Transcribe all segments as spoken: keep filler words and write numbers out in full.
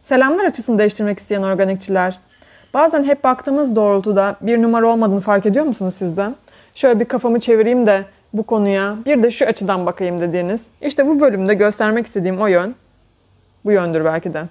Selamlar açısını değiştirmek isteyen organikçiler. Bazen hep baktığımız doğrultuda bir numara olmadığını fark ediyor musunuz sizden? Şöyle bir kafamı çevireyim de bu konuya bir de şu açıdan bakayım dediğiniz. İşte bu bölümde göstermek istediğim o yön, bu yöndür belki de.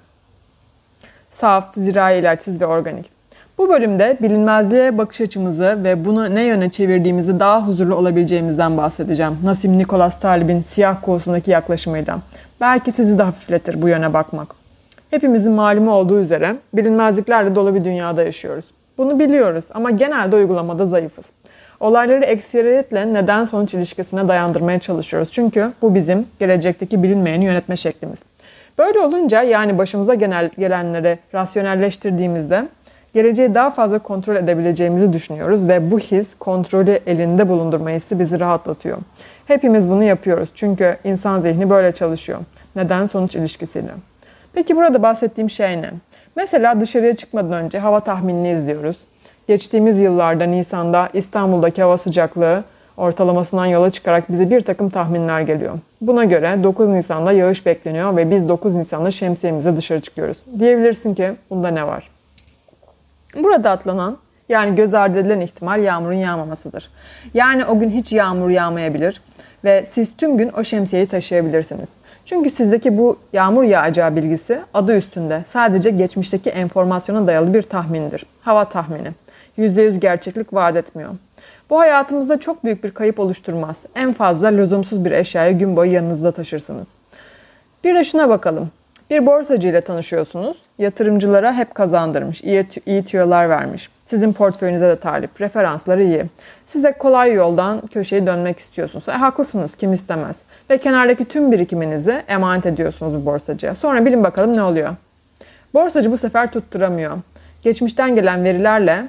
Saf, zirai ilaçsız ve organik. Bu bölümde bilinmezliğe bakış açımızı ve bunu ne yöne çevirdiğimizi daha huzurlu olabileceğimizden bahsedeceğim. Nassim Nicholas Taleb'in Siyah Kuğusu'ndaki yaklaşımıyla. Belki sizi de hafifletir bu yöne bakmak. Hepimizin malumu olduğu üzere bilinmezliklerle dolu bir dünyada yaşıyoruz. Bunu biliyoruz ama genelde uygulamada zayıfız. Olayları ekseriyetle neden-sonuç ilişkisine dayandırmaya çalışıyoruz. Çünkü bu bizim gelecekteki bilinmeyeni yönetme şeklimiz. Böyle olunca yani başımıza genel gelenleri rasyonelleştirdiğimizde geleceği daha fazla kontrol edebileceğimizi düşünüyoruz ve bu his kontrolü elinde bulundurma hissi bizi rahatlatıyor. Hepimiz bunu yapıyoruz çünkü insan zihni böyle çalışıyor. Neden-sonuç ilişkisiyle. Peki burada bahsettiğim şey ne? Mesela dışarıya çıkmadan önce hava tahminini izliyoruz. Geçtiğimiz yıllarda Nisan'da İstanbul'daki hava sıcaklığı ortalamasından yola çıkarak bize bir takım tahminler geliyor. Buna göre dokuz Nisan'da yağış bekleniyor ve biz dokuz Nisan'da şemsiyemizle dışarı çıkıyoruz. Diyebilirsin ki bunda ne var? Burada atlanan yani göz ardı edilen ihtimal yağmurun yağmamasıdır. Yani o gün hiç yağmur yağmayabilir ve siz tüm gün o şemsiyeyi taşıyabilirsiniz. Çünkü sizdeki bu yağmur yağacağı bilgisi adı üstünde sadece geçmişteki enformasyona dayalı bir tahmindir. Hava tahmini. yüzde yüz gerçeklik vaat etmiyor. Bu hayatımızda çok büyük bir kayıp oluşturmaz. En fazla lüzumsuz bir eşyayı gün boyu yanınızda taşırsınız. Bir de şuna bakalım. Bir borsacı ile tanışıyorsunuz. Yatırımcılara hep kazandırmış, iyi, iyi tüyolar vermiş. Sizin portföyünüze de talip, referansları iyi. Size kolay yoldan köşeyi dönmek istiyorsunuz. E, haklısınız, kim istemez. Ve kenardaki tüm birikiminizi emanet ediyorsunuz bu borsacıya. Sonra bilin bakalım ne oluyor. Borsacı bu sefer tutturamıyor. Geçmişten gelen verilerle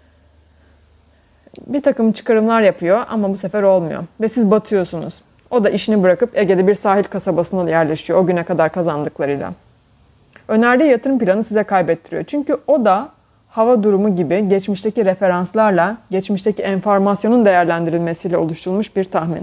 bir takım çıkarımlar yapıyor ama bu sefer olmuyor. Ve siz batıyorsunuz. O da işini bırakıp Ege'de bir sahil kasabasına yerleşiyor o güne kadar kazandıklarıyla. Önerdiği yatırım planı size kaybettiriyor. Çünkü o da hava durumu gibi geçmişteki referanslarla, geçmişteki enformasyonun değerlendirilmesiyle oluşturulmuş bir tahmin.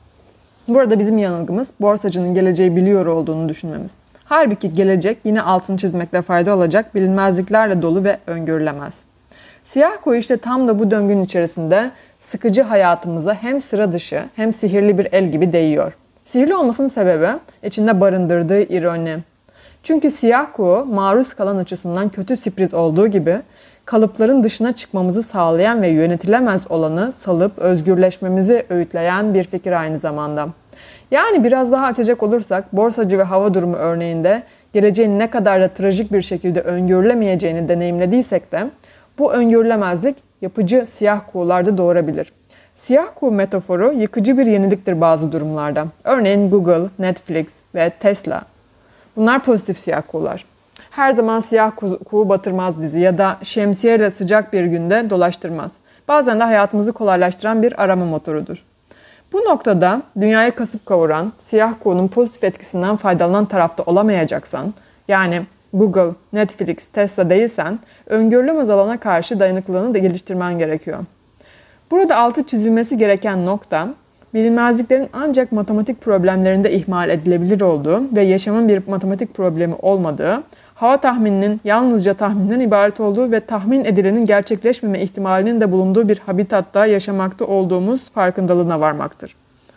Burada bizim yanılgımız borsacının geleceği biliyor olduğunu düşünmemiz. Halbuki gelecek yine altını çizmekte fayda olacak bilinmezliklerle dolu ve öngörülemez. Siyah kuğu işte tam da bu döngünün içerisinde sıkıcı hayatımıza hem sıra dışı hem sihirli bir el gibi değiyor. Sihirli olmasının sebebi içinde barındırdığı ironi. Çünkü siyah kuğu maruz kalan açısından kötü sürpriz olduğu gibi kalıpların dışına çıkmamızı sağlayan ve yönetilemez olanı salıp özgürleşmemizi öğütleyen bir fikir aynı zamanda. Yani biraz daha açacak olursak borsacı ve hava durumu örneğinde geleceğin ne kadar da trajik bir şekilde öngörülemeyeceğini deneyimlediysek de bu öngörülemezlik yapıcı siyah kuğularda doğurabilir. Siyah kuğu metaforu yıkıcı bir yeniliktir bazı durumlarda. Örneğin Google, Netflix ve Tesla. Bunlar pozitif siyah kuğular. Her zaman siyah kuğu batırmaz bizi ya da şemsiyeyle sıcak bir günde dolaştırmaz. Bazen de hayatımızı kolaylaştıran bir arama motorudur. Bu noktada dünyayı kasıp kavuran siyah kuğunun pozitif etkisinden faydalanan tarafta olamayacaksan, yani Google, Netflix, Tesla değilsen, öngörülemez alana karşı dayanıklılığını da geliştirmen gerekiyor. Burada altı çizilmesi gereken nokta, bilinmezliklerin ancak matematik problemlerinde ihmal edilebilir olduğu ve yaşamın bir matematik problemi olmadığı, hava tahmininin yalnızca tahminden ibaret olduğu ve tahmin edilenin gerçekleşmeme ihtimalinin de bulunduğu bir habitatta yaşamakta olduğumuz farkındalığına varmaktır.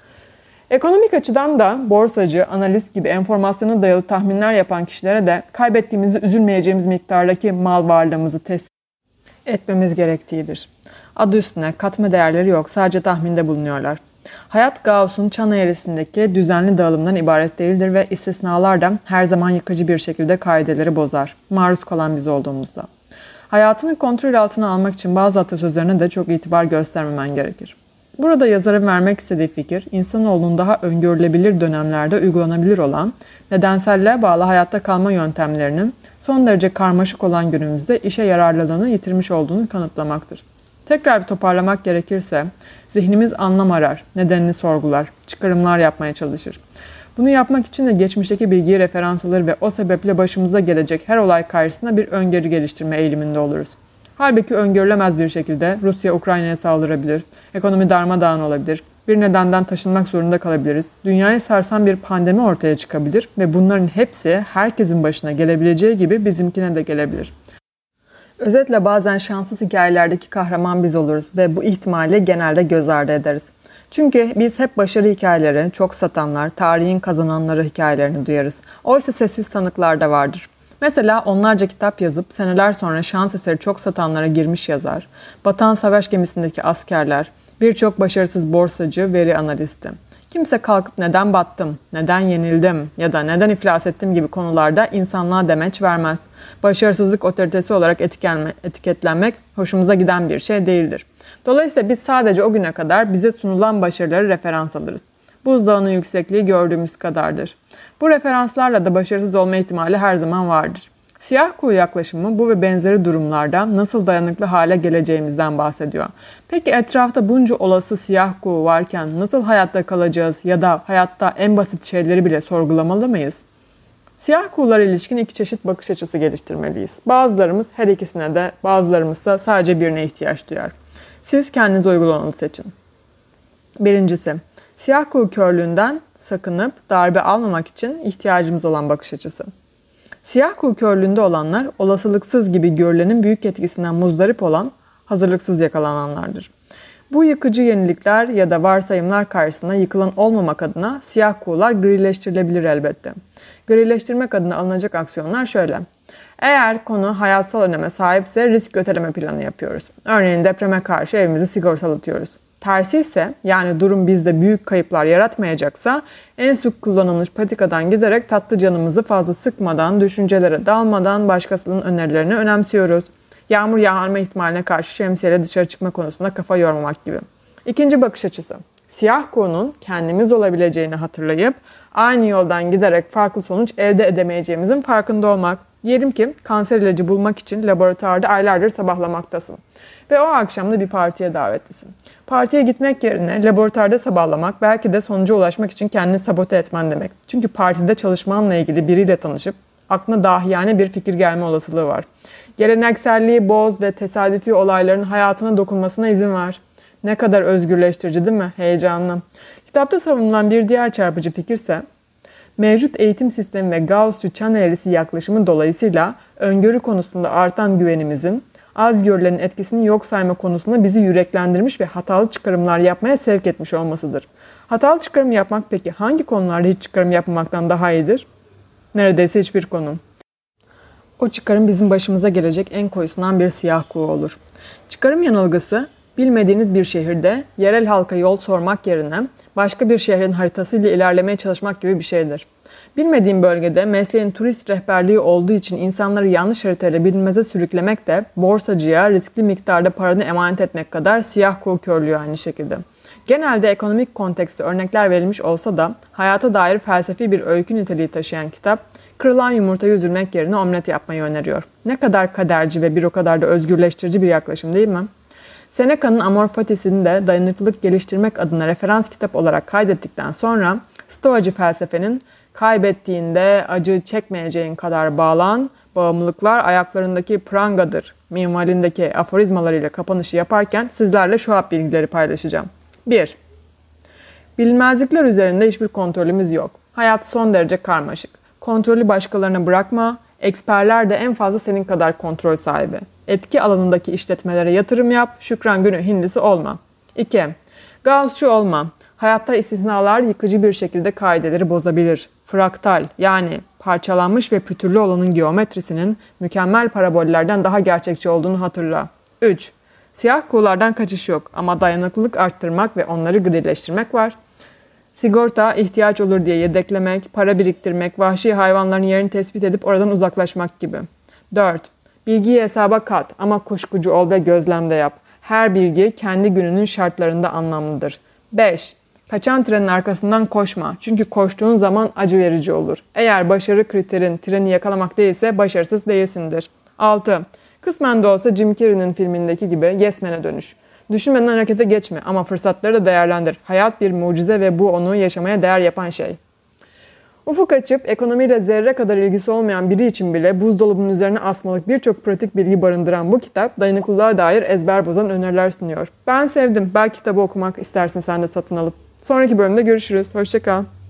Ekonomik açıdan da borsacı, analist gibi enformasyona dayalı tahminler yapan kişilere de kaybettiğimizi üzülmeyeceğimiz miktardaki mal varlığımızı teslim etmemiz gerektiğidir. Adı üstüne katma değerleri yok, sadece tahminde bulunuyorlar. Hayat Gauss'un çan eğrisindeki düzenli dağılımdan ibaret değildir ve istisnalar da her zaman yıkıcı bir şekilde kaideleri bozar, maruz kalan biz olduğumuzda. Hayatını kontrol altına almak için bazı atasözlerine de çok itibar göstermemen gerekir. Burada yazarın vermek istediği fikir, insanoğlunun daha öngörülebilir dönemlerde uygulanabilir olan nedenselliğe bağlı hayatta kalma yöntemlerinin son derece karmaşık olan günümüzde işe yararlılığını yitirmiş olduğunu kanıtlamaktır. Tekrar bir toparlamak gerekirse, zihnimiz anlam arar, nedenini sorgular, çıkarımlar yapmaya çalışır. Bunu yapmak için de geçmişteki bilgiyi referans alır ve o sebeple başımıza gelecek her olay karşısında bir öngörü geliştirme eğiliminde oluruz. Halbuki öngörülemez bir şekilde Rusya Ukrayna'ya saldırabilir, ekonomi darmadağın olabilir, Bir nedenden taşınmak zorunda kalabiliriz. Dünyayı sarsan bir pandemi ortaya çıkabilir ve bunların hepsi herkesin başına gelebileceği gibi bizimkine de gelebilir. Özetle bazen şanssız hikayelerdeki kahraman biz oluruz ve bu ihtimali genelde göz ardı ederiz. Çünkü biz hep başarı hikayeleri, çok satanlar, tarihin kazananları hikayelerini duyarız. Oysa sessiz tanıklar da vardır. Mesela onlarca kitap yazıp seneler sonra şans eseri çok satanlara girmiş yazar, batan savaş gemisindeki askerler, birçok başarısız borsacı, veri analisti. Kimse kalkıp neden battım, neden yenildim ya da neden iflas ettim gibi konularda insanlığa demeç vermez. Başarısızlık otoritesi olarak etiketlenmek hoşumuza giden bir şey değildir. Dolayısıyla biz sadece o güne kadar bize sunulan başarıları referans alırız. Buzdağının yüksekliği gördüğümüz kadardır. Bu referanslarla da başarısız olma ihtimali her zaman vardır. Siyah kuğu yaklaşımı bu ve benzeri durumlarda nasıl dayanıklı hale geleceğimizden bahsediyor. Peki etrafta bunca olası siyah kuğu varken nasıl hayatta kalacağız ya da hayatta en basit şeyleri bile sorgulamalı mıyız? Siyah kuğulara ilişkin iki çeşit bakış açısı geliştirmeliyiz. Bazılarımız her ikisine de, bazılarımız ise sadece birine ihtiyaç duyar. Siz kendinize uygun olanı seçin. Birincisi, siyah kuğu körlüğünden sakınıp darbe almamak için ihtiyacımız olan bakış açısı. Siyah kuğu körlüğünde olanlar olasılıksız gibi görülenin büyük etkisinden muzdarip olan, hazırlıksız yakalananlardır. Bu yıkıcı yenilikler ya da varsayımlar karşısında yıkılan olmamak adına siyah kuğular grileştirilebilir elbette. Grileştirmek adına alınacak aksiyonlar şöyle. Eğer konu hayatsal öneme sahipse risk öteleme planı yapıyoruz. Örneğin depreme karşı evimizi sigortalatıyoruz. Tersi ise, yani durum bizde büyük kayıplar yaratmayacaksa en sık kullanılmış patikadan giderek tatlı canımızı fazla sıkmadan, düşüncelere dalmadan başkasının önerilerini önemsiyoruz. Yağmur yağma ihtimaline karşı şemsiyeyle dışarı çıkma konusunda kafa yormamak gibi. İkinci bakış açısı. Siyah kuğunun kendimiz olabileceğini hatırlayıp aynı yoldan giderek farklı sonuç elde edemeyeceğimizin farkında olmak. Diyelim ki kanser ilacı bulmak için laboratuvarda aylardır sabahlamaktasın. Ve o akşam da bir partiye davetlisin. Partiye gitmek yerine laboratuvarda sabahlamak belki de sonuca ulaşmak için kendini sabote etmen demek. Çünkü partide çalışmanla ilgili biriyle tanışıp aklına dahiyane bir fikir gelme olasılığı var. Gelenekselliği boz ve tesadüfi olayların hayatına dokunmasına izin ver. Ne kadar özgürleştirici değil mi? Heyecanlı. Kitapta savunulan bir diğer çarpıcı fikirse, mevcut eğitim sistemi ve Gaussçu çan eğrisi yaklaşımı dolayısıyla öngörü konusunda artan güvenimizin, az görülenin etkisini yok sayma konusunda bizi yüreklendirmiş ve hatalı çıkarımlar yapmaya sevk etmiş olmasıdır. Hatalı çıkarım yapmak peki hangi konularda hiç çıkarım yapmamaktan daha iyidir? Neredeyse hiçbir konu. O çıkarım bizim başımıza gelecek en koyusundan bir siyah kuğu olur. Çıkarım yanılgısı, bilmediğiniz bir şehirde yerel halka yol sormak yerine başka bir şehrin haritasıyla ilerlemeye çalışmak gibi bir şeydir. Bilmediğim bölgede mesleğin turist rehberliği olduğu için insanları yanlış haritayla bilinmeze sürüklemek de borsacıya riskli miktarda paranı emanet etmek kadar siyah kuğu körlüğü aynı şekilde. Genelde ekonomik kontekste örnekler verilmiş olsa da hayata dair felsefi bir öykü niteliği taşıyan kitap, kırılan yumurtayı üzülmek yerine omlet yapmayı öneriyor. Ne kadar kaderci ve bir o kadar da özgürleştirici bir yaklaşım değil mi? Seneca'nın Amor Fati'sini de dayanıklılık geliştirmek adına referans kitap olarak kaydettikten sonra Stoacı felsefenin kaybettiğinde acı çekmeyeceğin kadar bağlan, bağımlılıklar ayaklarındaki prangadır minvalindeki aforizmalarıyla kapanışı yaparken sizlerle şu hap bilgileri paylaşacağım. bir. Bilinmezlikler üzerinde hiçbir kontrolümüz yok. Hayat son derece karmaşık. Kontrolü başkalarına bırakma, eksperler de en fazla senin kadar kontrol sahibi. Etki alanındaki işletmelere yatırım yap, şükran günü hindisi olma. iki. Gaussçu olma. Hayatta istisnalar yıkıcı bir şekilde kaideleri bozabilir. Fraktal, yani parçalanmış ve pütürlü olanın geometrisinin mükemmel parabollerden daha gerçekçi olduğunu hatırla. üç. Siyah kuğulardan kaçış yok ama dayanıklılık arttırmak ve onları grileştirmek var. Sigorta, ihtiyaç olur diye yedeklemek, para biriktirmek, vahşi hayvanların yerini tespit edip oradan uzaklaşmak gibi. dört. Bilgiyi hesaba kat ama kuşkucu ol ve gözlemde yap. Her bilgi kendi gününün şartlarında anlamlıdır. beş. Kaçan trenin arkasından koşma. Çünkü koştuğun zaman acı verici olur. Eğer başarı kriterin treni yakalamak değilse başarısız değilsindir. altı. Kısmen de olsa Jim Carrey'nin filmindeki gibi Yes Man'e dönüş. Düşünmeden harekete geçme ama fırsatları da değerlendir. Hayat bir mucize ve bu onu yaşamaya değer yapan şey. Ufuk açıp ekonomiyle zerre kadar ilgisi olmayan biri için bile buzdolabının üzerine asmalık birçok pratik bilgi barındıran bu kitap dayanıklılığa dair ezber bozan öneriler sunuyor. Ben sevdim. Belki kitabı okumak istersin sen de satın alıp. Sonraki bölümde görüşürüz. Hoşça kal.